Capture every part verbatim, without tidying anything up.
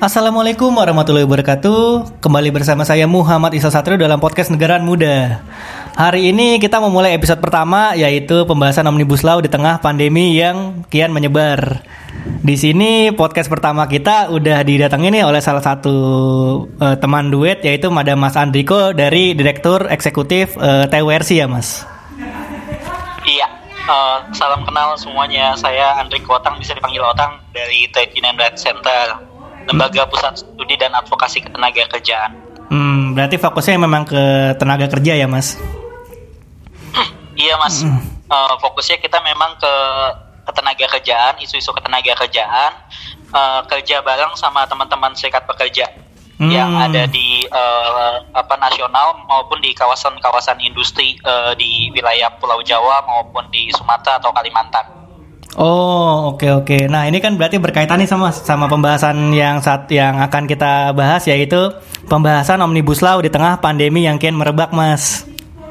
Assalamualaikum warahmatullahi wabarakatuh. Kembali bersama saya Muhammad Isa Satrio dalam podcast Negaraan Muda. Hari ini kita memulai episode pertama, yaitu pembahasan Omnibus Law di tengah pandemi yang kian menyebar. Di sini podcast pertama kita udah didatangi nih oleh salah satu uh, teman duet, yaitu Madam Mas Andriko dari Direktur Eksekutif uh, T W R C ya Mas. Iya, uh, salam kenal semuanya. Saya Andriko Otang, bisa dipanggil Otang, dari Trade Union Right Center, Lembaga Pusat Studi dan Advokasi Ketenagakerjaan. Hmm, berarti fokusnya memang ke tenaga kerja ya Mas? Iya Mas, hmm. uh, fokusnya kita memang ke ketenagakerjaan, isu-isu ketenagakerjaan, uh, kerja bareng sama teman-teman serikat pekerja hmm. yang ada di uh, apa nasional maupun di kawasan-kawasan industri uh, di wilayah Pulau Jawa maupun di Sumatera atau Kalimantan. Oh, oke okay, oke. Okay. Nah, ini kan berarti berkaitan nih sama sama pembahasan yang saat yang akan kita bahas, yaitu pembahasan Omnibus Law di tengah pandemi yang kian merebak, Mas.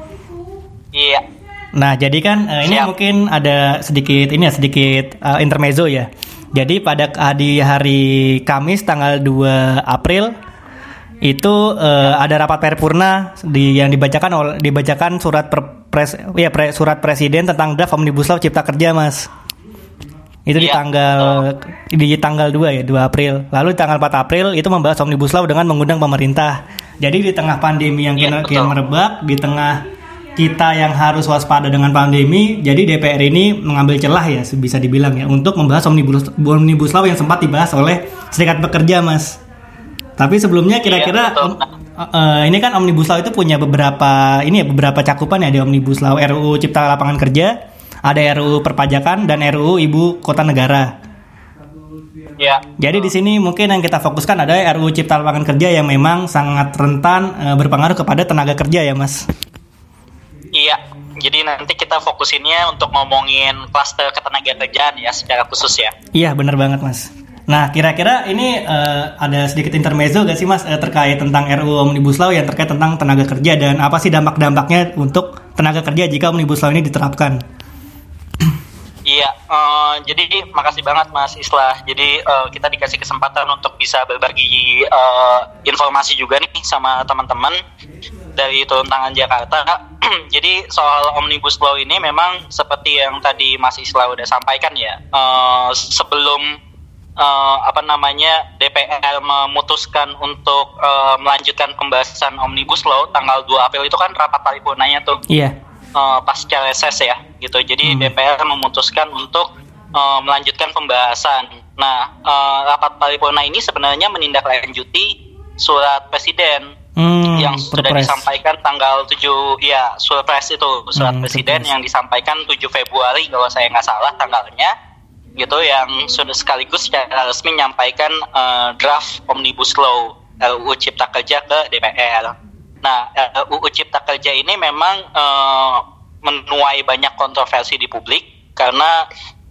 Iya. Nah, jadi kan uh, ini Siap. mungkin ada sedikit ini ya sedikit uh, intermezzo ya. Jadi pada di hari Kamis tanggal dua April itu uh, ada rapat paripurna di yang dibacakan oleh dibacakan surat pres ya pre, surat presiden tentang draft Omnibus Law Cipta Kerja, Mas. Itu di ya, tanggal oh. di tanggal dua ya, dua April. Lalu di tanggal empat April itu membahas Omnibus Law dengan mengundang pemerintah. Jadi di tengah pandemi yang ya, kian merebak, di tengah kita yang harus waspada dengan pandemi, jadi D P R ini mengambil celah ya, bisa dibilang ya, untuk membahas Omnibus, Omnibus Law yang sempat dibahas oleh Serikat Pekerja, Mas. Tapi sebelumnya kira-kira ya, um, uh, ini kan Omnibus Law itu punya beberapa ini ya beberapa cakupan ya di Omnibus Law. R U U Cipta Lapangan Kerja, ada R U U Perpajakan dan R U U Ibu Kota Negara. Ya. Jadi di sini mungkin yang kita fokuskan adalah R U U Cipta Lapangan Kerja yang memang sangat rentan e, berpengaruh kepada tenaga kerja ya, Mas. Iya. Jadi nanti kita fokusinnya untuk ngomongin klaster ketenagakerjaan ya secara khusus ya. Iya, benar banget, Mas. Nah, kira-kira ini e, ada sedikit intermezzo gak sih, Mas, e, terkait tentang R U U Omnibus Law yang terkait tentang tenaga kerja dan apa sih dampak-dampaknya untuk tenaga kerja jika Omnibus Law ini diterapkan? Iya, uh, jadi makasih banget Mas Islah. Jadi uh, kita dikasih kesempatan untuk bisa berbagi uh, informasi juga nih sama teman-teman dari Turun Tangan Jakarta. Jadi soal Omnibus Law ini memang seperti yang tadi Mas Islah udah sampaikan ya. Uh, sebelum uh, apa namanya D P R memutuskan untuk uh, melanjutkan pembahasan Omnibus Law tanggal dua April itu kan rapat paripurnanya tuh. Iya. Yeah. Uh, pasca reses ya gitu. Jadi hmm. D P R memutuskan untuk uh, melanjutkan pembahasan. Nah, uh, rapat paripurna ini sebenarnya menindaklanjuti surat presiden hmm, yang sudah surprise. disampaikan tanggal tujuh ya, surprise itu surat hmm, presiden surprise. yang disampaikan tujuh Februari kalau saya nggak salah tanggalnya gitu, yang sudah sekaligus secara resmi menyampaikan uh, draft Omnibus Law R U U Cipta Kerja ke D P R. Nah, R U U Cipta Kerja ini memang uh, menuai banyak kontroversi di publik karena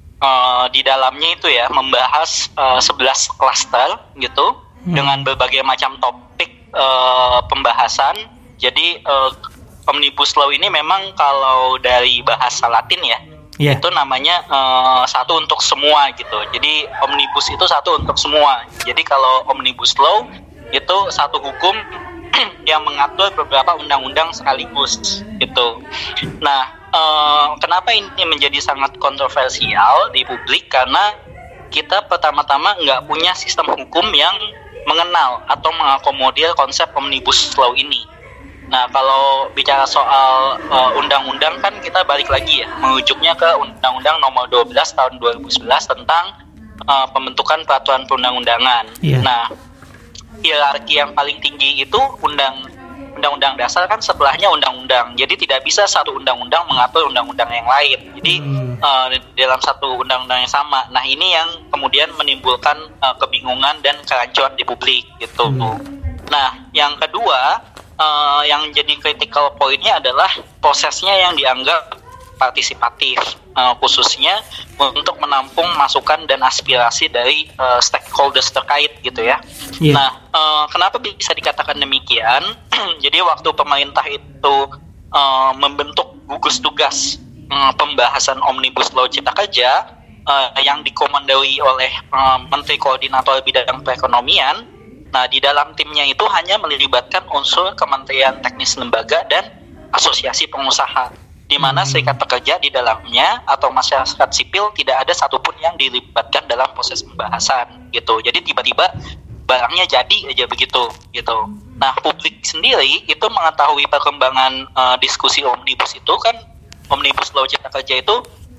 uh, di dalamnya itu ya membahas uh, sebelas klaster gitu hmm. dengan berbagai macam topik uh, pembahasan. Jadi uh, Omnibus Law ini memang kalau dari bahasa Latin ya yeah. itu namanya uh, satu untuk semua gitu. Jadi Omnibus itu satu untuk semua. Jadi kalau Omnibus Law itu satu hukum yang mengatur beberapa undang-undang sekaligus gitu. Nah, eh, kenapa ini menjadi sangat kontroversial di publik? Karena kita pertama-tama nggak punya sistem hukum yang mengenal atau mengakomodir konsep Omnibus Law ini. Nah, kalau bicara soal uh, undang-undang kan kita balik lagi ya, merujuknya ke Undang-Undang Nomor dua belas Tahun dua ribu sebelas tentang uh, pembentukan peraturan perundang-undangan. Yeah. Nah, hierarki yang paling tinggi itu undang undang-undang dasar kan sebelahnya undang-undang. Jadi tidak bisa satu undang-undang mengatur undang-undang yang lain. Jadi hmm. uh, dalam satu undang-undang yang sama. Nah, ini yang kemudian menimbulkan uh, kebingungan dan kerancuan di publik gitu. Hmm. Nah, yang kedua uh, yang jadi critical point-nya adalah prosesnya yang dianggap partisipatif, uh, khususnya untuk menampung masukan dan aspirasi dari uh, stakeholders terkait gitu ya. Yeah. Nah, uh, kenapa bisa dikatakan demikian? Jadi waktu pemerintah itu uh, membentuk gugus tugas uh, pembahasan Omnibus Law Cipta Kerja uh, yang dikomandoi oleh uh, Menteri Koordinator Bidang Perekonomian, Nah, di dalam timnya itu hanya melibatkan unsur Kementerian Teknis Lembaga dan Asosiasi Pengusaha, di mana serikat pekerja di dalamnya atau masyarakat sipil tidak ada satupun yang dilibatkan dalam proses pembahasan gitu. Jadi tiba-tiba barangnya jadi aja begitu gitu. Nah, publik sendiri itu mengetahui perkembangan uh, diskusi omnibus itu kan, omnibus law cipta kerja itu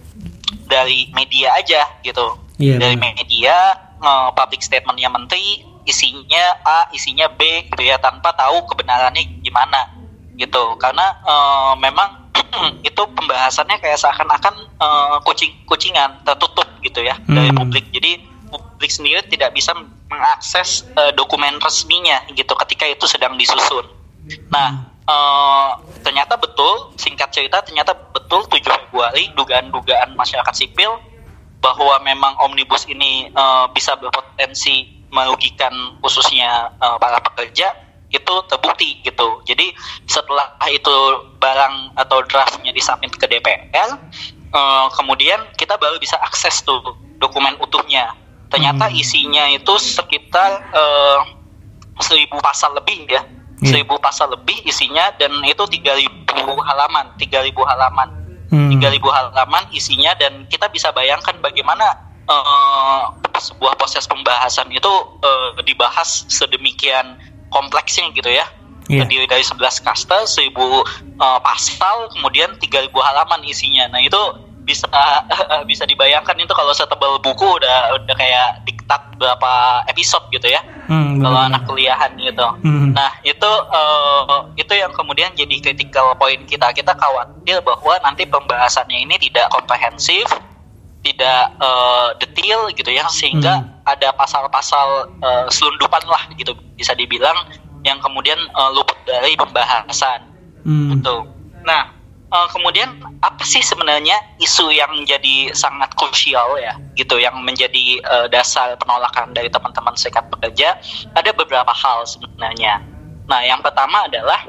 dari media aja gitu. Yeah, dari bener. media, uh, public statementnya menteri, isinya A, isinya B gitu ya, tanpa tahu kebenarannya gimana gitu. Karena uh, memang itu pembahasannya kayak seakan-akan uh, kucing-kucingan, tertutup gitu ya hmm. dari publik. Jadi publik sendiri tidak bisa mengakses uh, dokumen resminya gitu ketika itu sedang disusun. Nah, uh, ternyata betul, singkat cerita ternyata betul tujuh Februari dugaan-dugaan masyarakat sipil bahwa memang omnibus ini uh, bisa berpotensi merugikan khususnya uh, para pekerja itu terbukti gitu. Jadi setelah itu barang atau draftnya disubmit ke D P R, uh, kemudian kita baru bisa akses tuh dokumen utuhnya. Ternyata isinya itu sekitar uh, seribu pasal lebih ya, yeah. seribu pasal lebih isinya, dan itu tiga ribu halaman, tiga ribu halaman, hmm. tiga ribu halaman isinya, dan kita bisa bayangkan bagaimana uh, sebuah proses pembahasan itu uh, dibahas sedemikian kompleksnya gitu ya. Yeah. Terdiri dari sebelas kasta, seribu uh, pasal, kemudian tiga ribu halaman isinya. Nah, itu bisa uh, bisa dibayangkan itu kalau setebal buku udah udah kayak diktat berapa episode gitu ya. Hmm, kalau anak kuliahan gitu. Hmm. Nah, itu uh, itu yang kemudian jadi critical point kita. Kita khawatir bahwa nanti pembahasannya ini tidak komprehensif, tidak uh, detail gitu ya, sehingga hmm. ada pasal-pasal uh, selundupan lah gitu bisa dibilang yang kemudian uh, luput dari pembahasan. Hmm. Gitu. Nah, uh, kemudian apa sih sebenarnya isu yang jadi sangat krusial ya gitu, yang menjadi uh, dasar penolakan dari teman-teman serikat pekerja? Ada beberapa hal sebenarnya. Nah, yang pertama adalah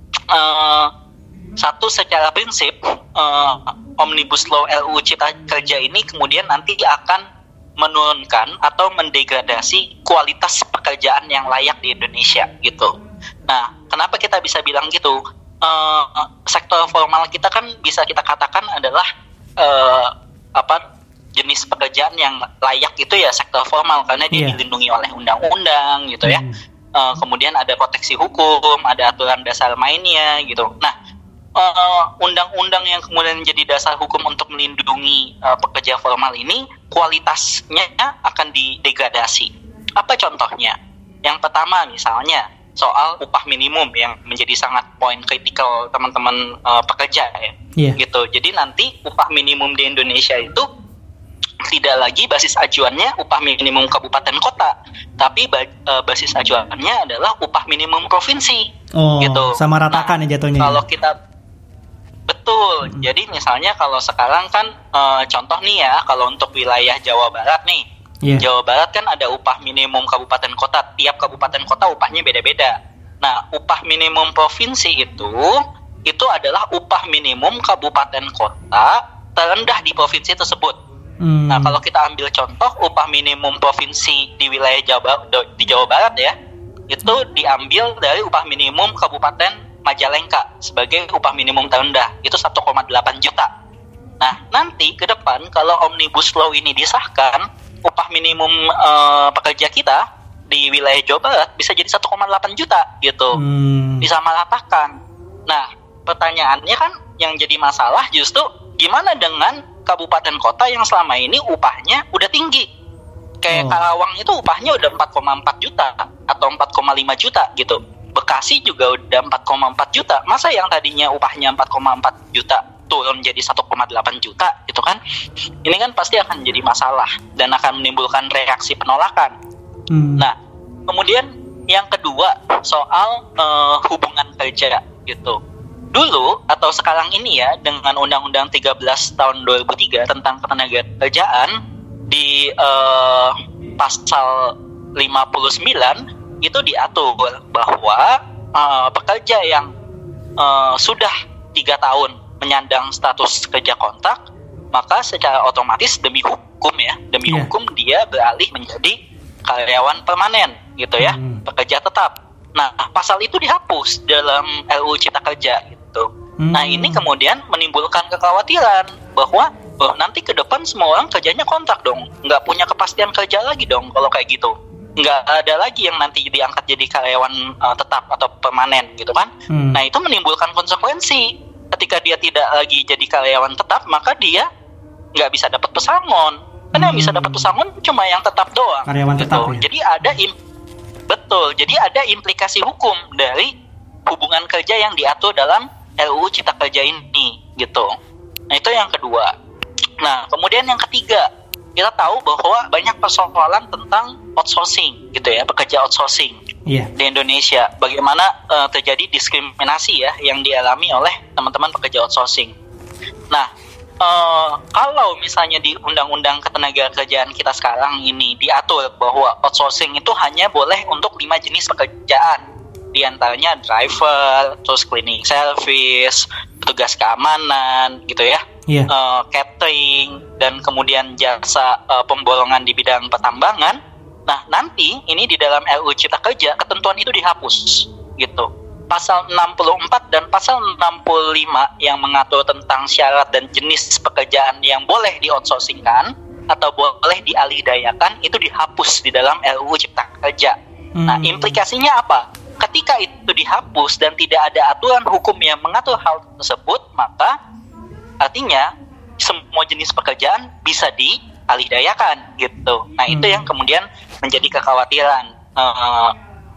uh, satu, secara prinsip uh, Omnibus Law R U U Cipta Kerja ini kemudian nanti akan menurunkan atau mendegradasi kualitas pekerjaan yang layak di Indonesia gitu. Nah, kenapa kita bisa bilang gitu? Uh, sektor formal kita kan bisa kita katakan adalah uh, apa jenis pekerjaan yang layak itu ya sektor formal, karena dia yeah. dilindungi oleh undang-undang gitu ya. Mm. Uh, kemudian ada proteksi hukum, ada aturan dasar mainnya gitu. Nah, Uh, undang-undang yang kemudian menjadi dasar hukum untuk melindungi uh, pekerja formal ini kualitasnya akan didegradasi. Apa contohnya? Yang pertama misalnya soal upah minimum yang menjadi sangat poin kritikal teman-teman uh, pekerja ya. Yeah. Gitu. Jadi nanti upah minimum di Indonesia itu tidak lagi basis acuannya upah minimum kabupaten kota, tapi ba- uh, basis acuannya adalah upah minimum provinsi. Oh, gitu. Sama ratakan nah, ya jatuhnya. Kalau kita Betul, hmm. jadi misalnya kalau sekarang kan e, contoh nih ya, kalau untuk wilayah Jawa Barat nih, yeah. Jawa Barat kan ada upah minimum kabupaten kota, tiap kabupaten kota upahnya beda-beda. Nah, upah minimum provinsi itu, itu adalah upah minimum kabupaten kota terendah di provinsi tersebut. Hmm. Nah, kalau kita ambil contoh upah minimum provinsi di wilayah Jawa, di Jawa Barat ya, itu diambil dari upah minimum kabupaten Majalengka sebagai upah minimum terendah, itu satu koma delapan juta. Nah, nanti ke depan kalau Omnibus Law ini disahkan, upah minimum uh, pekerja kita di wilayah Jawa Barat bisa jadi satu koma delapan juta gitu. Hmm. Disamaratakan. Nah, pertanyaannya kan yang jadi masalah justru gimana dengan kabupaten kota yang selama ini upahnya udah tinggi. Kayak oh. Karawang itu upahnya udah empat koma empat juta atau empat koma lima juta gitu. Bekasi juga udah empat koma empat juta. Masa yang tadinya upahnya empat koma empat juta turun jadi satu koma delapan juta gitu kan? Ini kan pasti akan jadi masalah dan akan menimbulkan reaksi penolakan. Hmm. Nah, kemudian yang kedua soal uh, hubungan kerja gitu. Dulu atau sekarang ini ya, dengan Undang-Undang tiga belas tahun dua ribu tiga tentang ketenagakerjaan di uh, pasal lima puluh sembilan itu diatur bahwa uh, pekerja yang uh, sudah tiga tahun menyandang status kerja kontrak, maka secara otomatis demi hukum ya, demi yeah. hukum dia beralih menjadi karyawan permanen gitu ya, hmm. pekerja tetap. Nah, pasal itu dihapus dalam R U U Cipta Kerja gitu. Hmm. Nah, ini kemudian menimbulkan kekhawatiran bahwa oh, nanti ke depan semua orang kerjanya kontrak dong, nggak punya kepastian kerja lagi dong kalau kayak gitu. Nggak ada lagi yang nanti diangkat jadi karyawan uh, tetap atau permanen gitu kan. Hmm. Nah, itu menimbulkan konsekuensi. Ketika dia tidak lagi jadi karyawan tetap, maka dia nggak bisa dapat pesangon. Karena hmm. yang bisa dapat pesangon cuma yang tetap doang. Karyawan gitu. tetap ya? Jadi ada im- betul. Jadi ada implikasi hukum dari hubungan kerja yang diatur dalam R U U Cipta Kerja ini gitu. Nah, itu yang kedua. Nah, kemudian yang ketiga, kita tahu bahwa banyak persoalan tentang outsourcing gitu ya, pekerja outsourcing yeah. di Indonesia. Bagaimana uh, terjadi diskriminasi ya yang dialami oleh teman-teman pekerja outsourcing. Nah, uh, kalau misalnya di Undang-Undang Ketenagakerjaan kita sekarang ini diatur bahwa outsourcing itu hanya boleh untuk lima jenis pekerjaan. Di antaranya driver, terus cleaning service, petugas keamanan gitu ya. Yeah. Uh, catering dan kemudian jasa uh, pembolongan di bidang pertambangan. Nah, nanti ini di dalam R U U Cipta Kerja ketentuan itu dihapus gitu. Pasal enam puluh empat dan pasal enam puluh lima yang mengatur tentang syarat dan jenis pekerjaan yang boleh di-outsourcingkan atau boleh dialihdayakan itu dihapus di dalam R U U Cipta Kerja. Hmm. Nah, implikasinya apa? Ketika itu dihapus dan tidak ada aturan hukum yang mengatur hal tersebut, maka artinya semua jenis pekerjaan bisa dialihdayakan gitu. Nah, hmm. itu yang kemudian menjadi kekhawatiran uh,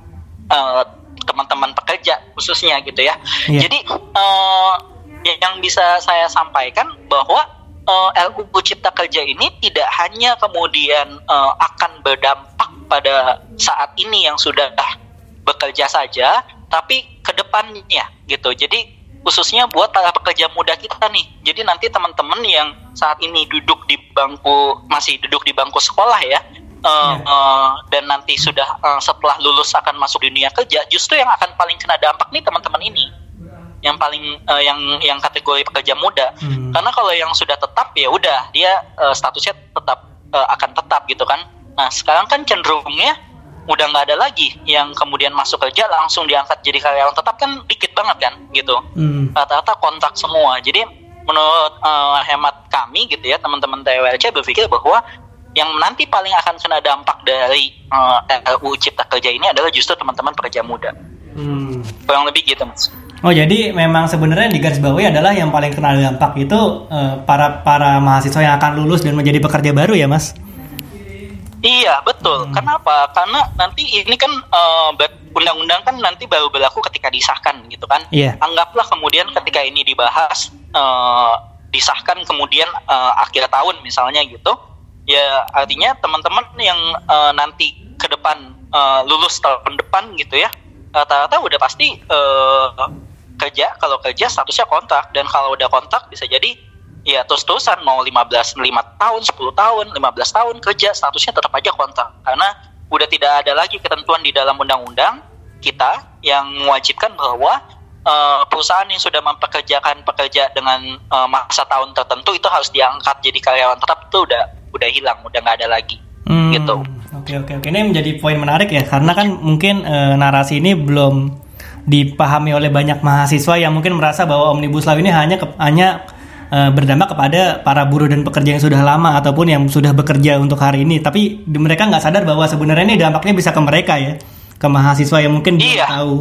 uh, teman-teman pekerja khususnya gitu ya. Yeah. Jadi uh, yang bisa saya sampaikan bahwa uh, R U U Cipta Kerja ini tidak hanya kemudian uh, akan berdampak pada saat ini yang sudah bekerja saja, tapi ke depannya gitu. Jadi khususnya buat para pekerja muda kita nih. Jadi nanti teman-teman yang saat ini duduk di bangku, masih duduk di bangku sekolah ya, uh, yeah. uh, dan nanti sudah uh, setelah lulus akan masuk dunia kerja, justru yang akan paling kena dampak nih teman-teman ini, yang paling uh, yang yang kategori pekerja muda. Hmm. Karena kalau yang sudah tetap ya udah dia uh, statusnya tetap uh, akan tetap gitu kan. Nah, sekarang kan cenderungnya udah nggak ada lagi yang kemudian masuk kerja langsung diangkat jadi karyawan tetap, kan dikit banget kan gitu. Hmm. Rata-rata kontrak semua. Jadi menurut uh, hemat kami gitu ya, teman-teman T W L C berpikir bahwa yang nanti paling akan kena dampak dari uh, R U U Cipta Kerja ini adalah justru teman-teman pekerja muda. Hmm. Kurang lebih gitu, Mas. Oh, jadi memang sebenarnya di garis bawahi adalah yang paling kena dampak itu uh, para para mahasiswa yang akan lulus dan menjadi pekerja baru ya, Mas? Iya, betul. Hmm. Kenapa? Karena nanti ini kan uh, undang-undang kan nanti baru berlaku ketika disahkan gitu kan. Yeah. Anggaplah kemudian ketika ini dibahas, uh, disahkan kemudian uh, akhir tahun misalnya gitu. Ya artinya teman-teman yang uh, nanti ke depan uh, lulus tahun depan gitu ya, rata-rata udah pasti uh, kerja. Kalau kerja statusnya kontrak, dan kalau udah kontrak bisa jadi ya terus-terusan mau lima belas, lima tahun, sepuluh tahun, lima belas tahun kerja, statusnya tetap aja kontrak. Karena udah tidak ada lagi ketentuan di dalam undang-undang kita yang mewajibkan bahwa uh, perusahaan yang sudah mempekerjakan pekerja dengan uh, masa tahun tertentu itu harus diangkat jadi karyawan tetap, itu udah udah hilang, udah nggak ada lagi. Hmm, gitu. Oke oke oke. Ini menjadi poin menarik ya, karena kan mungkin uh, narasi ini belum dipahami oleh banyak mahasiswa yang mungkin merasa bahwa Omnibus Law ini hanya ke, hanya berdampak kepada para buruh dan pekerja yang sudah lama ataupun yang sudah bekerja untuk hari ini, tapi mereka nggak sadar bahwa sebenarnya ini dampaknya bisa ke mereka ya, ke mahasiswa yang mungkin belum iya. tahu.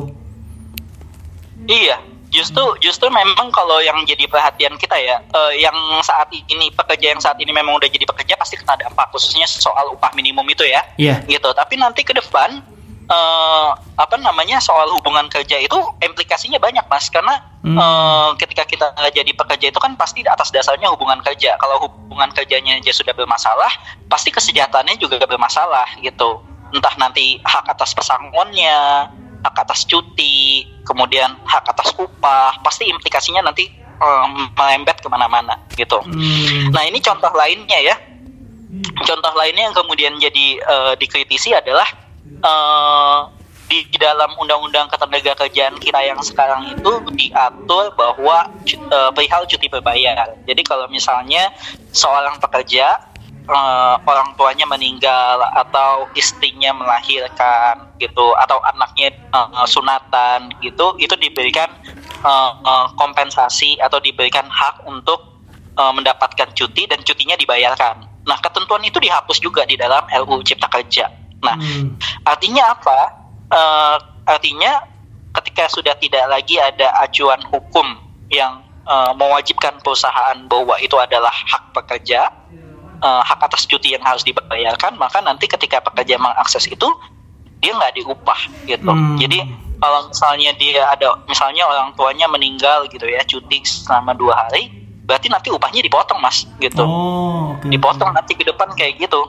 Iya, justru justru memang kalau yang jadi perhatian kita ya, uh, yang saat ini pekerja yang saat ini memang udah jadi pekerja pasti kena dampak, khususnya soal upah minimum itu ya, yeah. gitu. Tapi nanti ke depan Uh, apa namanya soal hubungan kerja itu implikasinya banyak, Mas, karena hmm. uh, ketika kita jadi pekerja itu kan pasti atas dasarnya hubungan kerja. Kalau hubungan kerjanya aja sudah bermasalah, pasti kesejahteraannya juga bermasalah gitu. Entah nanti hak atas pesangonnya, hak atas cuti, kemudian hak atas upah, pasti implikasinya nanti um, melembet kemana-mana gitu. Hmm. Nah, ini contoh lainnya ya. Contoh lainnya yang kemudian jadi uh, dikritisi adalah Uh, di dalam Undang-Undang Ketenagakerjaan kita yang sekarang itu diatur bahwa uh, perihal cuti berbayar. Jadi kalau misalnya seorang pekerja uh, orang tuanya meninggal atau istrinya melahirkan gitu atau anaknya uh, sunatan gitu, itu diberikan uh, uh, kompensasi atau diberikan hak untuk uh, mendapatkan cuti dan cutinya dibayarkan. Nah, ketentuan itu dihapus juga di dalam R U U Cipta Kerja. Nah, hmm. artinya apa? Uh, artinya ketika sudah tidak lagi ada acuan hukum yang uh, mewajibkan perusahaan bahwa itu adalah hak pekerja, uh, hak atas cuti yang harus dibayarkan, maka nanti ketika pekerja mengakses itu dia nggak diupah gitu. Hmm. Jadi kalau misalnya dia ada, misalnya orang tuanya meninggal gitu ya, cuti selama dua hari, berarti nanti upahnya dipotong mas gitu. Oh, okay. Dipotong nanti ke depan kayak gitu.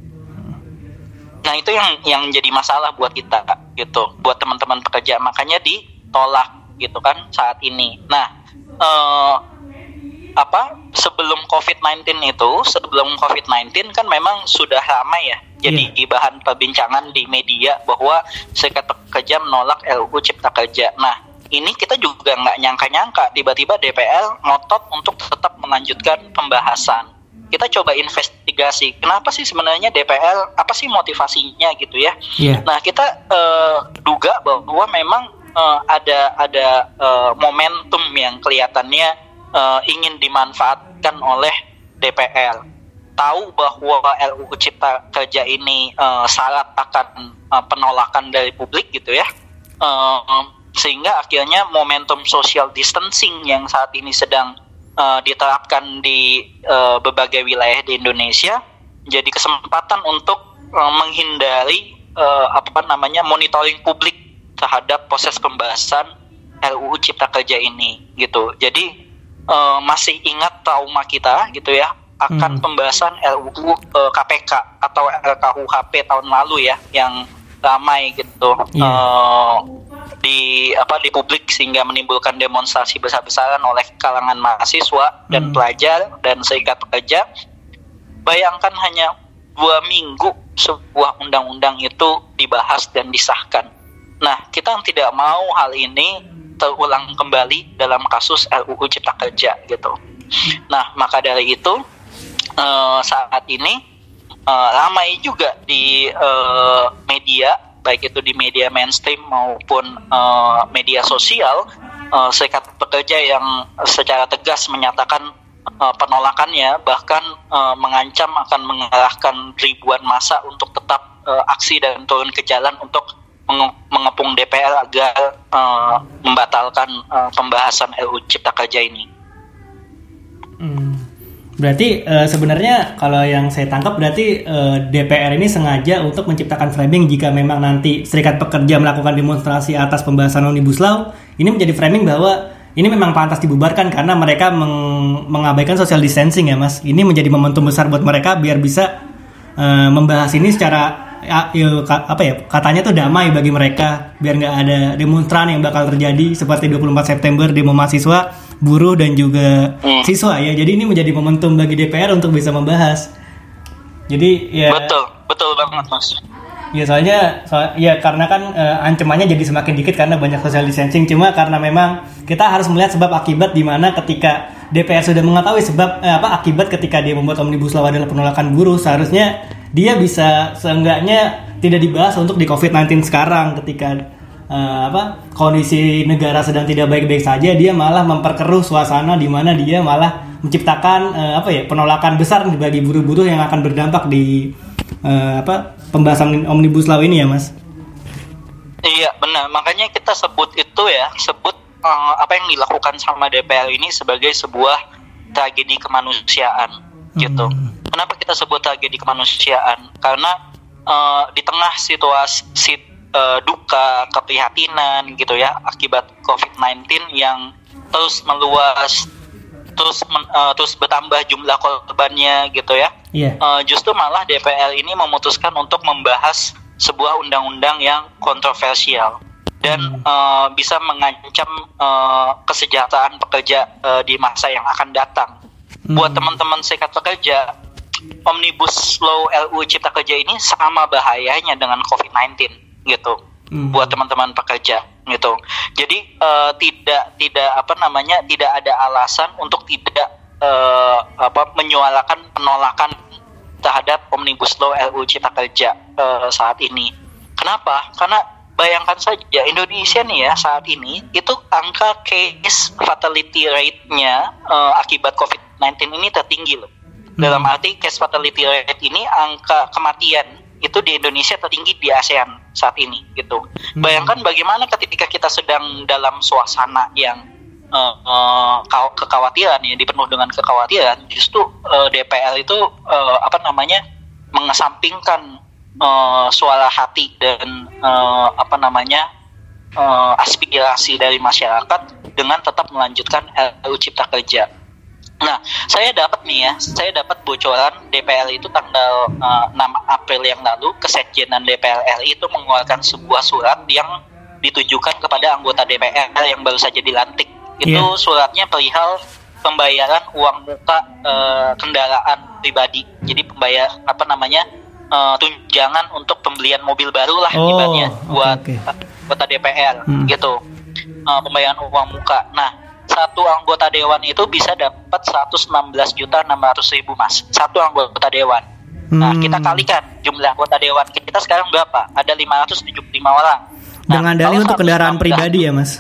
Nah itu yang yang jadi masalah buat kita gitu, buat teman-teman pekerja, makanya ditolak gitu kan saat ini. Nah eh, apa sebelum covid sembilan belas itu, sebelum covid sembilan belas kan memang sudah ramai ya, jadi yeah. bahan perbincangan di media bahwa Serikat Pekerja menolak R U U Cipta Kerja. Nah ini kita juga nggak nyangka-nyangka tiba-tiba D P R ngotot untuk tetap melanjutkan pembahasan. Kita coba investigasi kenapa sih sebenarnya D P R, apa sih motivasinya gitu ya. Yeah. Nah kita uh, duga bahwa memang uh, ada ada uh, momentum yang kelihatannya uh, ingin dimanfaatkan oleh D P R. Tahu bahwa R U U Cipta Kerja ini uh, syarat akan uh, penolakan dari publik gitu ya. Uh, sehingga akhirnya momentum social distancing yang saat ini sedang Uh, diterapkan di uh, berbagai wilayah di Indonesia jadi kesempatan untuk uh, menghindari uh, apa namanya monitoring publik terhadap proses pembahasan R U U Cipta Kerja ini gitu. Jadi uh, masih ingat trauma kita gitu ya akan hmm. pembahasan R U U uh, K P K atau R K U H P tahun lalu ya yang ramai gitu. Yeah. Uh, di apa di publik sehingga menimbulkan demonstrasi besar-besaran oleh kalangan mahasiswa dan hmm. pelajar dan serikat pekerja. Bayangkan hanya dua minggu sebuah undang-undang itu dibahas dan disahkan. Nah, kita tidak mau hal ini terulang kembali dalam kasus R U U Cipta Kerja gitu. Nah, maka dari itu uh, saat ini uh, ramai juga di uh, media, baik itu di media mainstream maupun uh, media sosial, uh, Serikat Pekerja yang secara tegas menyatakan uh, penolakannya, bahkan uh, mengancam akan mengerahkan ribuan massa untuk tetap uh, aksi dan turun ke jalan untuk menge- mengepung D P R agar uh, membatalkan uh, pembahasan R U U Cipta Kerja ini. Hmm. Berarti uh, sebenarnya kalau yang saya tangkap berarti uh, D P R ini sengaja untuk menciptakan framing jika memang nanti Serikat Pekerja melakukan demonstrasi atas pembahasan Omnibus Law, ini menjadi framing bahwa ini memang pantas dibubarkan karena mereka meng- mengabaikan social distancing ya mas. Ini menjadi momentum besar buat mereka biar bisa uh, membahas ini secara ya, ya, apa ya katanya tuh damai bagi mereka, biar nggak ada demonstran yang bakal terjadi seperti dua puluh empat September demo mahasiswa, buruh dan juga hmm. siswa ya. Jadi ini menjadi momentum bagi D P R untuk bisa membahas. Jadi ya betul betul banget mas. Ya soalnya soal, ya karena kan uh, ancamannya jadi semakin dikit karena banyak social distancing. Cuma karena memang kita harus melihat sebab akibat di mana ketika D P R sudah mengetahui sebab eh, apa akibat ketika dia membuat Omnibus Law adalah penolakan buruh, seharusnya dia bisa seenggaknya tidak dibahas untuk di covid sembilan belas sekarang ketika uh, apa kondisi negara sedang tidak baik-baik saja. Dia malah memperkeruh suasana di mana dia malah menciptakan uh, apa ya penolakan besar bagi buruh-buruh yang akan berdampak di uh, apa pembahasan Omnibus Law ini ya mas. Iya benar, makanya kita sebut itu ya sebut uh, apa yang dilakukan sama D P R ini sebagai sebuah tragedi kemanusiaan hmm. gitu. Kenapa kita sebut tragedi kemanusiaan? Karena uh, di tengah situasi uh, duka, keprihatinan gitu ya akibat covid sembilan belas yang terus meluas, terus men, uh, terus bertambah jumlah korbannya gitu ya. Yeah. Uh, justru malah D P R ini memutuskan untuk membahas sebuah undang-undang yang kontroversial dan hmm. uh, bisa mengancam uh, kesejahteraan pekerja uh, di masa yang akan datang. Hmm. Buat teman-teman serikat pekerja, Omnibus Law R U U Cipta Kerja ini sama bahayanya dengan covid sembilan belas gitu. Hmm. Buat teman-teman pekerja gitu. Jadi uh, tidak tidak apa namanya tidak ada alasan untuk tidak uh, apa menyuarakan penolakan terhadap Omnibus Law R U U Cipta Kerja uh, saat ini. Kenapa? Karena bayangkan saja Indonesia nih ya saat ini itu angka case fatality rate-nya uh, akibat covid sembilan belas ini tertinggi loh. Hmm. Dalam arti case fatality rate ini angka kematian itu di Indonesia tertinggi di ASEAN saat ini gitu. Hmm. Bayangkan bagaimana ketika kita sedang dalam suasana yang uh, uh, kekhawatiran ya dipenuh dengan kekhawatiran, justru uh, D P R itu uh, apa namanya mengesampingkan uh, suara hati dan uh, apa namanya uh, aspirasi dari masyarakat dengan tetap melanjutkan R U U Cipta Kerja. Nah, saya dapat nih ya, saya dapat bocoran D P R itu tanggal uh, enam April yang lalu, Kesekjenan D P R R I itu mengeluarkan sebuah surat yang ditujukan kepada anggota D P R yang baru saja dilantik. Itu yeah. Suratnya perihal pembayaran uang muka uh, kendaraan pribadi. Jadi pembayar apa namanya uh, tunjangan untuk pembelian mobil baru lah oh, ibaratnya okay, buat okay. anggota D P R hmm. gitu. Uh, pembayaran uang muka. Nah, satu anggota dewan itu bisa dapat seratus enam belas juta enam ratus ribu mas. Satu anggota dewan. Hmm. Nah, kita kalikan jumlah anggota dewan kita sekarang berapa? Ada lima ratus tujuh puluh lima orang. Nah, dengan dalih untuk kendaraan pribadi ya mas?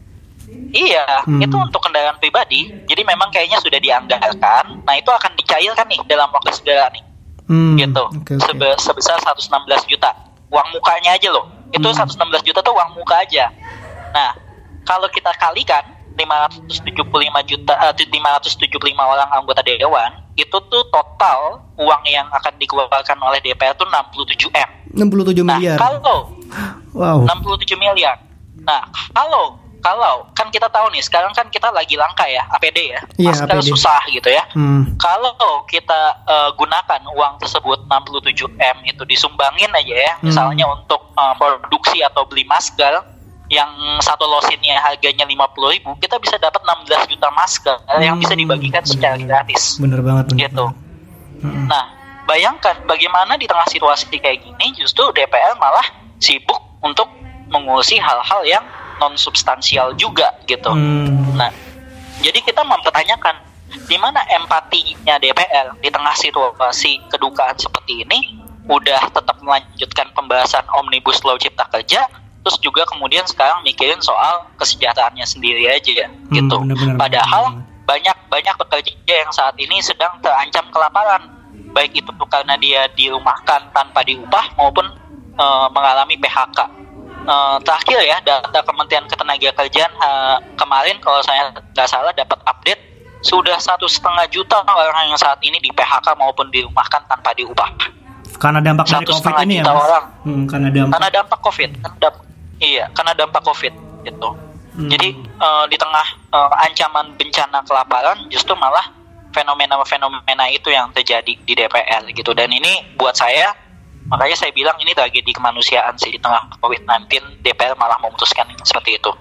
Iya, hmm. itu untuk kendaraan pribadi. Jadi memang kayaknya sudah dianggarkan. Nah, itu akan dicairkan nih dalam waktu segera nih. Hmm. Gitu. Okay, okay. Sebe- sebesar seratus enam belas juta. Uang mukanya aja loh. Itu hmm. seratus enam belas juta tuh uang muka aja. Nah, kalau kita kalikan lima ratus tujuh puluh lima juta uh, lima ratus tujuh puluh lima orang anggota dewan, itu tuh total uang yang akan dikeluarkan oleh D P R tuh enam puluh tujuh M. enam puluh tujuh miliar. Nah, kalau wow. enam puluh tujuh miliar. Nah, kalau kalau kan kita tahu nih sekarang kan kita lagi langka ya A P D ya. Iya, masker A P D. Susah gitu ya. Hmm. Kalau kita uh, gunakan uang tersebut enam puluh tujuh M itu disumbangin aja ya, hmm. misalnya untuk uh, produksi atau beli masker yang satu losinnya harganya lima puluh ribu, kita bisa dapat enam belas juta masker hmm. yang bisa dibagikan secara gratis. Bener banget. Bener gitu. banget. Hmm. Nah, bayangkan bagaimana di tengah situasi kayak gini justru D P R malah sibuk untuk mengurusi hal-hal yang non substansial juga gitu. Hmm. Nah, jadi kita mempertanyakan di mana empatinya D P R di tengah situasi kedukaan seperti ini, udah tetap melanjutkan pembahasan Omnibus Law Cipta Kerja, terus juga kemudian sekarang mikirin soal kesejahteraannya sendiri aja hmm, gitu. Bener-bener, Padahal bener-bener. banyak banyak pekerja yang saat ini sedang terancam kelaparan, baik itu karena dia dirumahkan tanpa diupah maupun uh, mengalami P H K. Uh, terakhir ya, data Kementerian Ketenagakerjaan uh, kemarin kalau saya nggak salah dapat update sudah satu setengah juta orang yang saat ini di P H K maupun dirumahkan tanpa diupah. Karena dampak dari COVID ini ya, orang. Hmm, karena dampak. Karena dampak COVID. Karena dampak, iya, karena dampak COVID gitu. Hmm. Jadi uh, di tengah uh, ancaman bencana kelaparan, justru malah fenomena-fenomena itu yang terjadi di D P R gitu. Dan ini buat saya, makanya saya bilang ini tragedi kemanusiaan sih, di tengah covid sembilan belas D P R malah memutuskan seperti itu.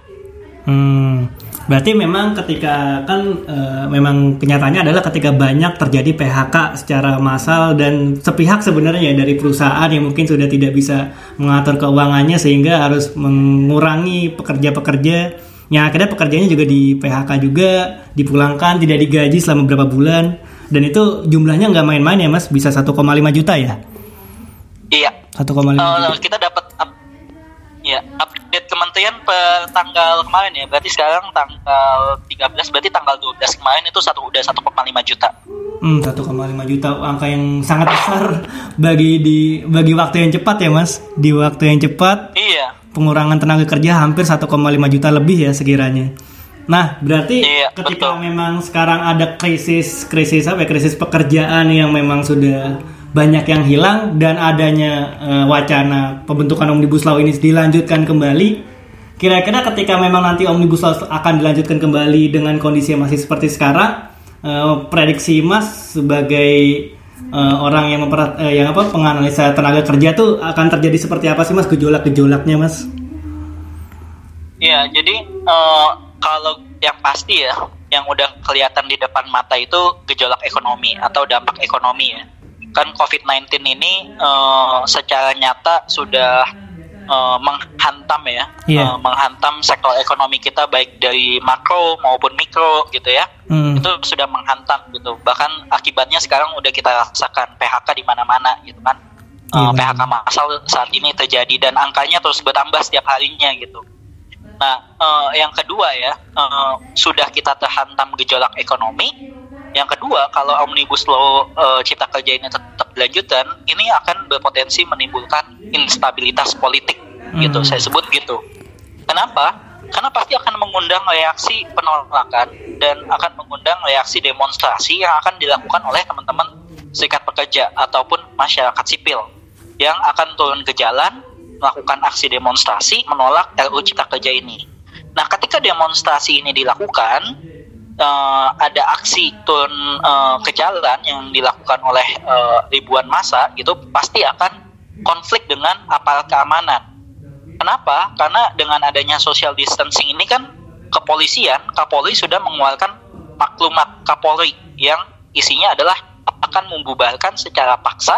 Hmm, berarti memang ketika kan e, memang kenyataannya adalah ketika banyak terjadi P H K secara massal dan sepihak sebenarnya dari perusahaan yang mungkin sudah tidak bisa mengatur keuangannya sehingga harus mengurangi pekerja-pekerja yang akhirnya pekerjanya juga di P H K juga, dipulangkan, tidak digaji selama beberapa bulan, dan itu jumlahnya nggak main-main ya mas, bisa satu koma lima juta ya? Iya. satu koma lima uh, kita dapat up, ya update kementerian per tanggal kemarin ya. Berarti sekarang tanggal tiga belas, berarti tanggal dua belas kemarin itu satu udah satu koma lima juta. Hmm, satu koma lima juta, angka yang sangat besar bagi di bagi waktu yang cepat ya, Mas. Di waktu yang cepat. Iya. Pengurangan tenaga kerja hampir satu koma lima juta lebih ya sekiranya. Nah, berarti iya, ketika betul. memang sekarang ada krisis krisis apa ya, krisis pekerjaan yang memang sudah banyak yang hilang dan adanya uh, wacana pembentukan Omnibus Law ini dilanjutkan kembali. Kira-kira ketika memang nanti Omnibus Law akan dilanjutkan kembali dengan kondisi yang masih seperti sekarang, uh, prediksi Mas sebagai uh, orang yang memperat, uh, yang apa penganalisa tenaga kerja tuh akan terjadi seperti apa sih Mas, gejolak-gejolaknya Mas? Ya, jadi uh, kalau yang pasti ya, yang udah kelihatan di depan mata itu gejolak ekonomi atau dampak ekonomi ya. Kan covid sembilan belas ini uh, secara nyata sudah uh, menghantam ya, yeah. uh, menghantam sektor ekonomi kita baik dari makro maupun mikro gitu ya. Hmm. Itu sudah menghantam gitu. Bahkan akibatnya sekarang udah kita rasakan P H K di mana-mana gitu kan. Uh, yeah. P H K massal saat ini terjadi dan angkanya terus bertambah setiap harinya gitu. Nah, uh, yang kedua ya, uh, sudah kita terhantam gejolak ekonomi. Yang kedua, kalau Omnibus Law uh, Cipta Kerja ini tetap dilanjutkan, ini akan berpotensi menimbulkan instabilitas politik, hmm. gitu. Saya sebut gitu. Kenapa? Karena pasti akan mengundang reaksi penolakan dan akan mengundang reaksi demonstrasi yang akan dilakukan oleh teman-teman serikat pekerja ataupun masyarakat sipil yang akan turun ke jalan melakukan aksi demonstrasi menolak R U U Cipta Kerja ini. Nah, ketika demonstrasi ini dilakukan, Uh, ada aksi turun uh, ke jalan yang dilakukan oleh uh, ribuan massa gitu, pasti akan konflik dengan aparat keamanan. Kenapa? Karena dengan adanya social distancing ini kan kepolisian, Kapolri sudah mengeluarkan maklumat Kapolri yang isinya adalah akan membubarkan secara paksa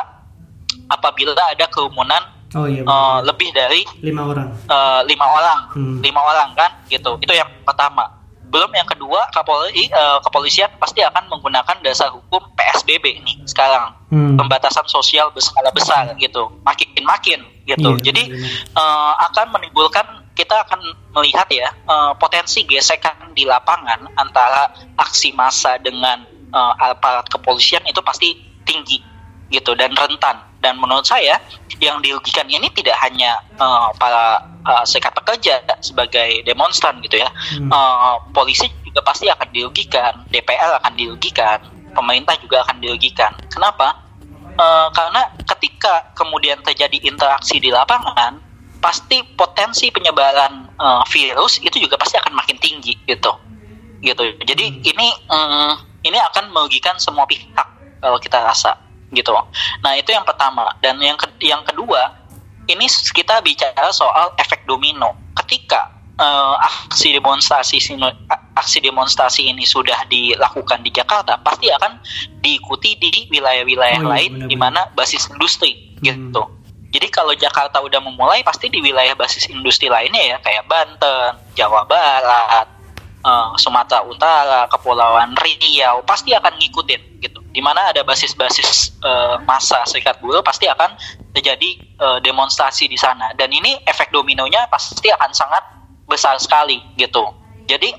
apabila ada kerumunan oh, iya, uh, lebih dari lima orang, uh, lima orang, hmm. lima orang kan, gitu. Itu yang pertama. Belum yang kedua, Kapolri, uh, kepolisian pasti akan menggunakan dasar hukum P S B B nih sekarang, hmm. pembatasan sosial berskala besar gitu, makin-makin gitu. Iya, Jadi uh, akan menimbulkan, kita akan melihat ya uh, potensi gesekan di lapangan antara aksi massa dengan uh, aparat kepolisian itu pasti tinggi gitu dan rentan. Dan menurut saya yang dirugikan ini tidak hanya uh, para uh, serikat pekerja sebagai demonstran gitu ya, hmm. uh, polisi juga pasti akan dirugikan, D P R akan dirugikan, pemerintah juga akan dirugikan. Kenapa? Uh, karena ketika kemudian terjadi interaksi di lapangan, pasti potensi penyebaran uh, virus itu juga pasti akan makin tinggi gitu, gitu. Jadi ini um, ini akan merugikan semua pihak kalau kita rasa. Gitu. Nah, itu yang pertama. Dan yang ke- yang kedua, ini kita bicara soal efek domino. Ketika uh, aksi demonstrasi aksi demonstrasi ini sudah dilakukan di Jakarta, pasti akan diikuti di wilayah-wilayah oh, iya, lain di mana basis industri, hmm. gitu. Jadi kalau Jakarta udah memulai, pasti di wilayah basis industri lainnya ya, kayak Banten, Jawa Barat, uh, Sumatera Utara, Kepulauan Riau, pasti akan ngikutin gitu. Di mana ada basis-basis uh, massa serikat buruh, pasti akan terjadi uh, demonstrasi di sana. Dan ini efek dominonya pasti akan sangat besar sekali gitu. Jadi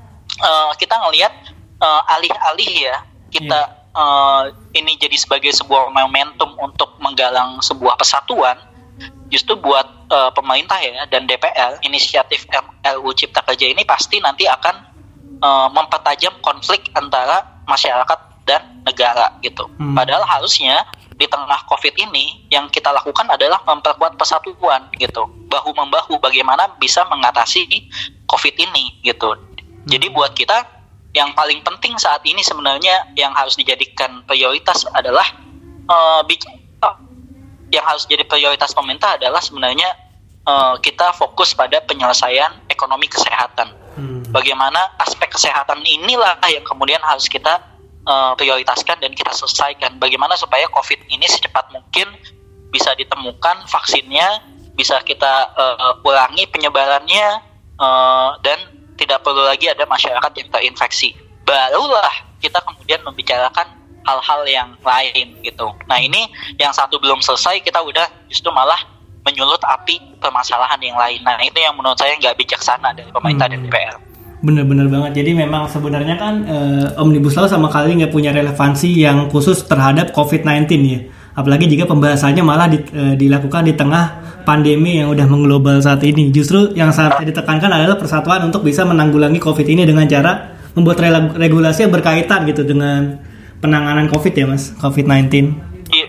uh, kita ngelihat uh, alih-alih ya kita yeah. uh, ini jadi sebagai sebuah momentum untuk menggalang sebuah persatuan, justru buat uh, pemerintah ya dan D P R, inisiatif R U U Cipta Kerja ini pasti nanti akan uh, mempertajam konflik antara masyarakat dan negara gitu. Hmm. Padahal harusnya di tengah COVID ini yang kita lakukan adalah memperkuat persatuan gitu, bahu membahu bagaimana bisa mengatasi COVID ini gitu. Hmm. Jadi buat kita yang paling penting saat ini sebenarnya yang harus dijadikan prioritas adalah uh, bic- uh, yang harus jadi prioritas pemerintah adalah sebenarnya uh, kita fokus pada penyelesaian ekonomi kesehatan. Hmm. Bagaimana aspek kesehatan inilah yang kemudian harus kita Uh, prioritaskan dan kita selesaikan. Bagaimana supaya COVID ini secepat mungkin bisa ditemukan vaksinnya, bisa kita uh, kurangi penyebarannya, uh, dan tidak perlu lagi ada masyarakat yang terinfeksi. Barulah kita kemudian membicarakan hal-hal yang lain gitu. Nah, ini yang satu belum selesai, kita udah justru malah menyulut api permasalahan yang lain. Nah, itu yang menurut saya nggak bijaksana dari pemerintah hmm. dan D P R. Bener-bener banget. Jadi memang sebenarnya kan eh, Omnibus Law sama kali nggak punya relevansi yang khusus terhadap covid sembilan belas ya. Apalagi jika pembahasannya malah di, eh, dilakukan di tengah pandemi yang udah mengglobal saat ini. Justru yang seharusnya ditekankan adalah persatuan untuk bisa menanggulangi COVID ini dengan cara membuat re- regulasi yang berkaitan gitu dengan penanganan COVID ya Mas, covid sembilan belas. Iya,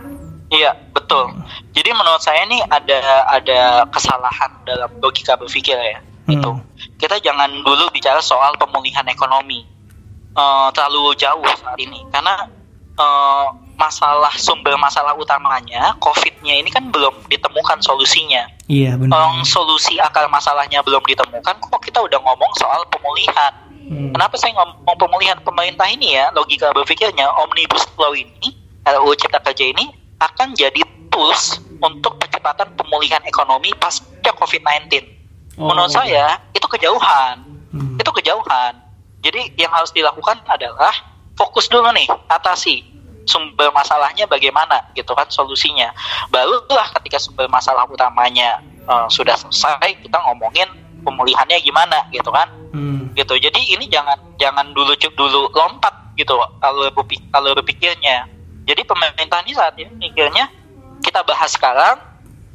iya betul. Jadi menurut saya nih ada ada kesalahan dalam logika berpikir ya. Itu hmm. kita jangan dulu bicara soal pemulihan ekonomi uh, terlalu jauh saat ini karena uh, masalah sumber masalah utamanya COVID-nya ini kan belum ditemukan solusinya. Iya benar. Um, solusi akar masalahnya belum ditemukan, kok kita udah ngomong soal pemulihan. Hmm. Kenapa saya ngomong pemulihan? Pemerintah ini ya logika berpikirnya Omnibus Law ini, R U U Cipta Kerja ini akan jadi tools untuk percepatan pemulihan ekonomi pasca covid sembilan belas. Oh. Menurut saya itu kejauhan. Hmm. Itu kejauhan. Jadi yang harus dilakukan adalah fokus dulu nih, atasi sumber masalahnya bagaimana gitu kan, solusinya. Barulah ketika sumber masalah utamanya uh, sudah selesai, kita ngomongin pemulihannya gimana gitu kan. Hmm. Gitu. Jadi ini jangan jangan dulu cuk dulu lompat gitu kalau berpikir, kalau berpikirnya. Jadi pemerintah ini saat ini mikirnya kita bahas sekarang,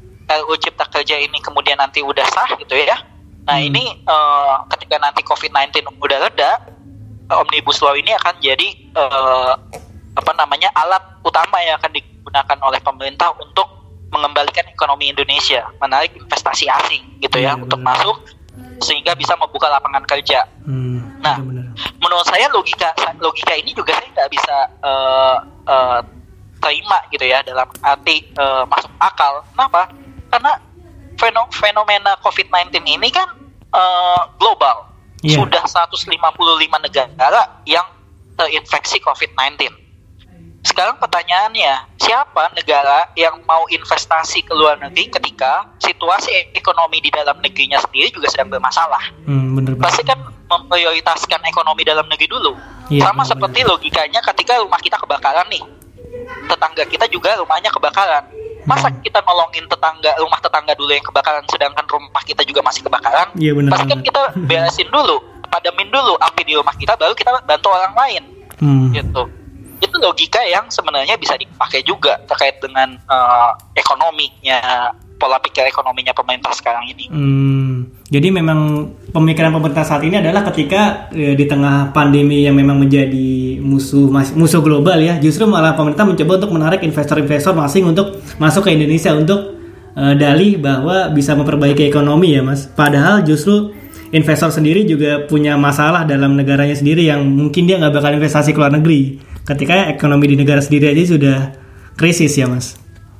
R U Cipta Kerja ini kemudian nanti udah sah gitu ya. Nah hmm. ini uh, ketika nanti covid sembilan belas udah reda, Omnibus Law ini akan jadi uh, apa namanya alat utama yang akan digunakan oleh pemerintah untuk mengembalikan ekonomi Indonesia, menarik investasi asing gitu ya, ya untuk benar. Masuk sehingga bisa membuka lapangan kerja. Hmm, nah, benar. Menurut saya logika logika ini juga saya nggak bisa uh, uh, terima gitu ya, dalam arti uh, masuk akal. Kenapa? Karena fenomena covid sembilan belas ini kan uh, global. Yeah. Sudah seratus lima puluh lima negara yang terinfeksi covid sembilan belas. Sekarang pertanyaannya, siapa negara yang mau investasi ke luar negeri ketika situasi ekonomi di dalam negerinya sendiri juga sedang bermasalah? Hmm, bener, Pasti kan memprioritaskan ekonomi dalam negeri dulu. Yeah, Sama bener, seperti bener. logikanya ketika rumah kita kebakaran nih, tetangga kita juga rumahnya kebakaran. Masa kita nolongin tetangga, rumah tetangga dulu yang kebakaran, sedangkan rumah kita juga masih kebakaran? Iya, bener, Pasti kan kita beresin dulu, padamin dulu api di rumah kita, baru kita bantu orang lain. Hmm. Gitu. Itu logika yang sebenarnya bisa dipakai juga terkait dengan uh, ekonominya, pola pikir ekonominya pemerintah sekarang ini. Hmm, jadi memang pemikiran pemerintah saat ini adalah ketika e, di tengah pandemi yang memang menjadi musuh musuh global ya, justru malah pemerintah mencoba untuk menarik investor-investor asing untuk masuk ke Indonesia untuk e, dalih bahwa bisa memperbaiki ekonomi ya Mas. Padahal justru investor sendiri juga punya masalah dalam negaranya sendiri yang mungkin dia nggak bakal investasi ke luar negeri ketika ekonomi di negara sendiri aja sudah krisis ya Mas.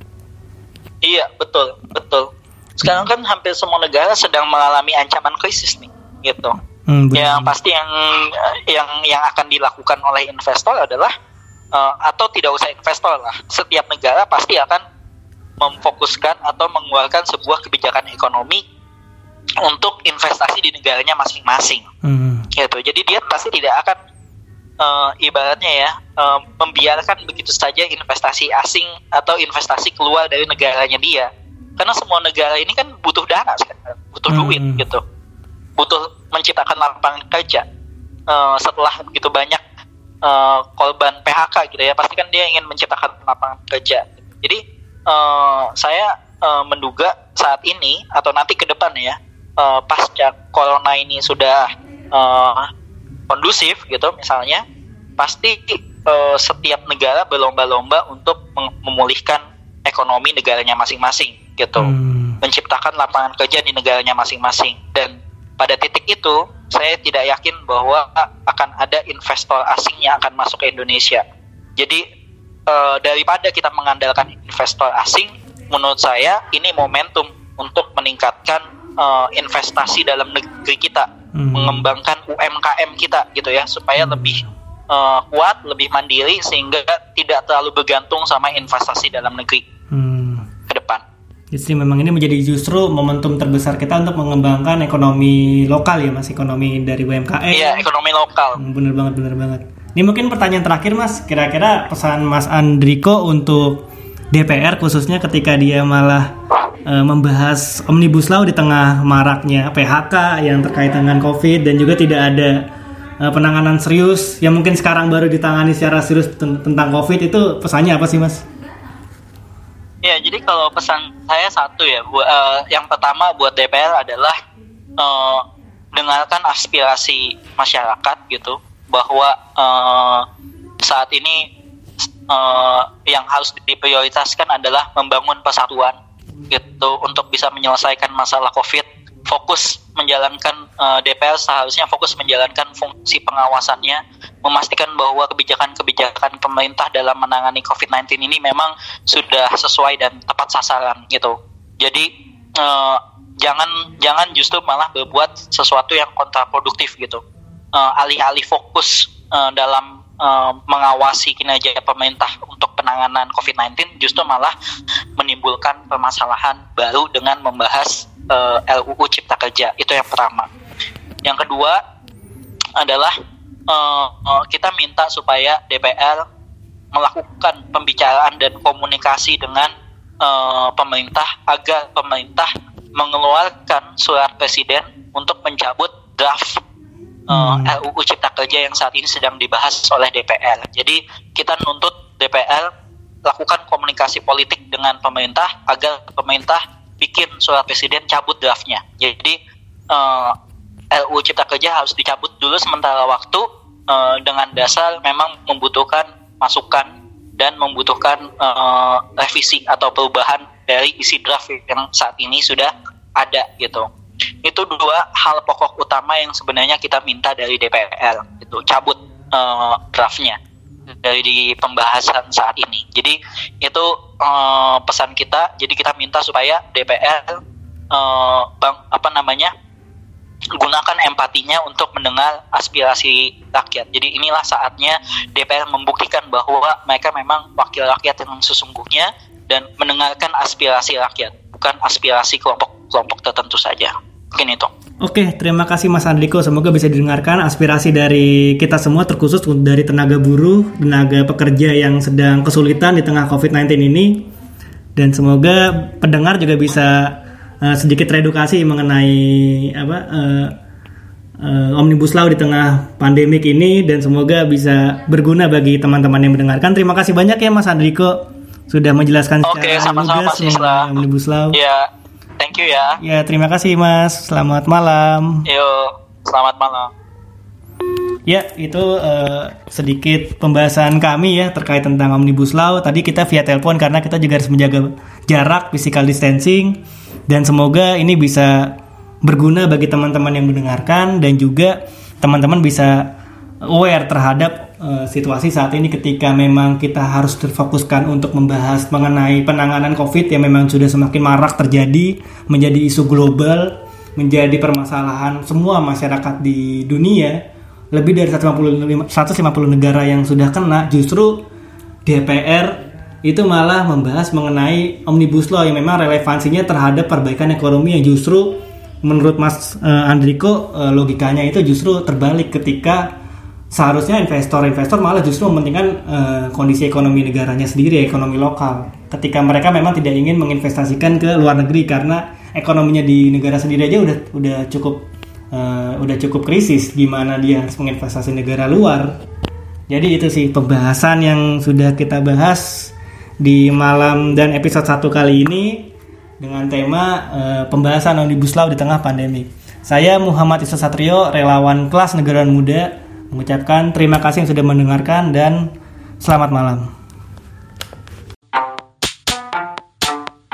Iya, betul, betul. Sekarang kan hampir semua negara sedang mengalami ancaman krisis nih, gitu. Hmm, yang pasti yang yang yang akan dilakukan oleh investor adalah uh, atau tidak usah investor lah. Setiap negara pasti akan memfokuskan atau mengeluarkan sebuah kebijakan ekonomi untuk investasi di negaranya masing-masing. Hmm. Gitu. Jadi dia pasti tidak akan uh, ibaratnya ya uh, membiarkan begitu saja investasi asing atau investasi keluar dari negaranya dia. Karena semua negara ini kan butuh dana sekarang, butuh hmm. duit gitu, butuh menciptakan lapangan kerja. Uh, setelah begitu banyak uh, korban P H K gitu ya, pasti kan dia ingin menciptakan lapangan kerja. Jadi uh, saya uh, menduga saat ini atau nanti ke depan ya, uh, pasca corona ini sudah uh, kondusif gitu misalnya, pasti uh, setiap negara berlomba-lomba untuk mem- memulihkan ekonomi negaranya masing-masing gitu, hmm. menciptakan lapangan kerja di negaranya masing-masing. Dan pada titik itu saya tidak yakin bahwa akan ada investor asing yang akan masuk ke Indonesia. Jadi uh, daripada kita mengandalkan investor asing, menurut saya ini momentum untuk meningkatkan uh, investasi dalam negeri kita, hmm. mengembangkan U M K M kita gitu ya, supaya hmm. lebih uh, kuat, lebih mandiri, sehingga tidak terlalu bergantung sama investasi dalam negeri hmm. ke depan. Jadi memang ini menjadi justru momentum terbesar kita untuk mengembangkan ekonomi lokal ya Mas, ekonomi dari U M K M. Iya, ekonomi lokal. Bener banget, bener banget. Ini mungkin pertanyaan terakhir Mas, kira-kira pesan Mas Andriko untuk D P R khususnya ketika dia malah e, membahas Omnibus Law di tengah maraknya P H K yang terkait dengan COVID dan juga tidak ada e, penanganan serius yang mungkin sekarang baru ditangani secara serius t- tentang COVID, itu pesannya apa sih Mas? Ya, jadi kalau pesan saya satu ya, bu, uh, yang pertama buat D P R adalah uh, dengarkan aspirasi masyarakat gitu, bahwa uh, saat ini uh, yang harus diprioritaskan adalah membangun persatuan gitu untuk bisa menyelesaikan masalah COVID. Fokus menjalankan uh, D P R seharusnya fokus menjalankan fungsi pengawasannya, memastikan bahwa kebijakan-kebijakan pemerintah dalam menangani covid sembilan belas ini memang sudah sesuai dan tepat sasaran gitu. Jadi uh, jangan jangan justru malah berbuat sesuatu yang kontraproduktif gitu. Uh, alih-alih fokus uh, dalam uh, mengawasi kinerja pemerintah untuk penanganan covid sembilan belas, justru malah menimbulkan permasalahan baru dengan membahas uh, R U U Cipta Kerja. Itu yang pertama. Yang kedua adalah uh, kita minta supaya D P R melakukan pembicaraan dan komunikasi dengan uh, pemerintah agar pemerintah mengeluarkan surat presiden untuk mencabut draft Uh, R U U Cipta Kerja yang saat ini sedang dibahas oleh D P R. Jadi kita nuntut D P R lakukan komunikasi politik dengan pemerintah agar pemerintah bikin surat presiden cabut draftnya. Jadi uh, R U U Cipta Kerja harus dicabut dulu sementara waktu uh, dengan dasar memang membutuhkan masukan dan membutuhkan uh, revisi atau perubahan dari isi draft yang saat ini sudah ada gitu. Itu dua hal pokok utama yang sebenarnya kita minta dari D P R, itu cabut uh, draftnya dari di pembahasan saat ini. Jadi itu uh, pesan kita. Jadi kita minta supaya D P R uh, bang apa namanya gunakan empatinya untuk mendengar aspirasi rakyat. Jadi inilah saatnya D P R membuktikan bahwa mereka memang wakil rakyat yang sesungguhnya dan mendengarkan aspirasi rakyat, bukan aspirasi kelompok-kelompok tertentu saja. Mungkin itu. Oke, terima kasih Mas Andriko. Semoga bisa didengarkan aspirasi dari kita semua, terkhusus dari tenaga buruh, tenaga pekerja yang sedang kesulitan di tengah covid sembilan belas ini. Dan semoga pendengar juga bisa uh, sedikit teredukasi mengenai apa uh, uh, Omnibus Law di tengah pandemik ini, dan semoga bisa berguna bagi teman-teman yang mendengarkan. Terima kasih banyak ya Mas Andriko sudah menjelaskan Oke, secara lugas mengenai Omnibus Law. Ya. Thank you ya. Ya, terima kasih Mas. Selamat malam. Yuk, selamat malam. Ya, itu uh, sedikit pembahasan kami ya terkait tentang Omnibus Law. Tadi kita via telepon karena kita juga harus menjaga jarak, physical distancing. Dan semoga ini bisa berguna bagi teman-teman yang mendengarkan, dan juga teman-teman bisa aware terhadap uh, situasi saat ini ketika memang kita harus terfokuskan untuk membahas mengenai penanganan COVID yang memang sudah semakin marak terjadi, menjadi isu global, menjadi permasalahan semua masyarakat di dunia. Lebih dari seratus lima puluh negara yang sudah kena. Justru D P R itu malah membahas mengenai Omnibus Law yang memang relevansinya terhadap perbaikan ekonomi, yang justru menurut Mas uh, Andriko uh, logikanya itu justru terbalik, ketika seharusnya investor-investor malah justru mementingkan uh, kondisi ekonomi negaranya sendiri, ekonomi lokal. Ketika mereka memang tidak ingin menginvestasikan ke luar negeri karena ekonominya di negara sendiri aja udah udah cukup uh, udah cukup krisis, gimana dia harus menginvestasi negara luar. Jadi itu sih pembahasan yang sudah kita bahas di malam dan episode satu kali ini dengan tema uh, pembahasan Omnibus Law di tengah pandemi. Saya Muhammad Isa Satrio, relawan kelas negarawan muda, mengucapkan terima kasih yang sudah mendengarkan dan selamat malam.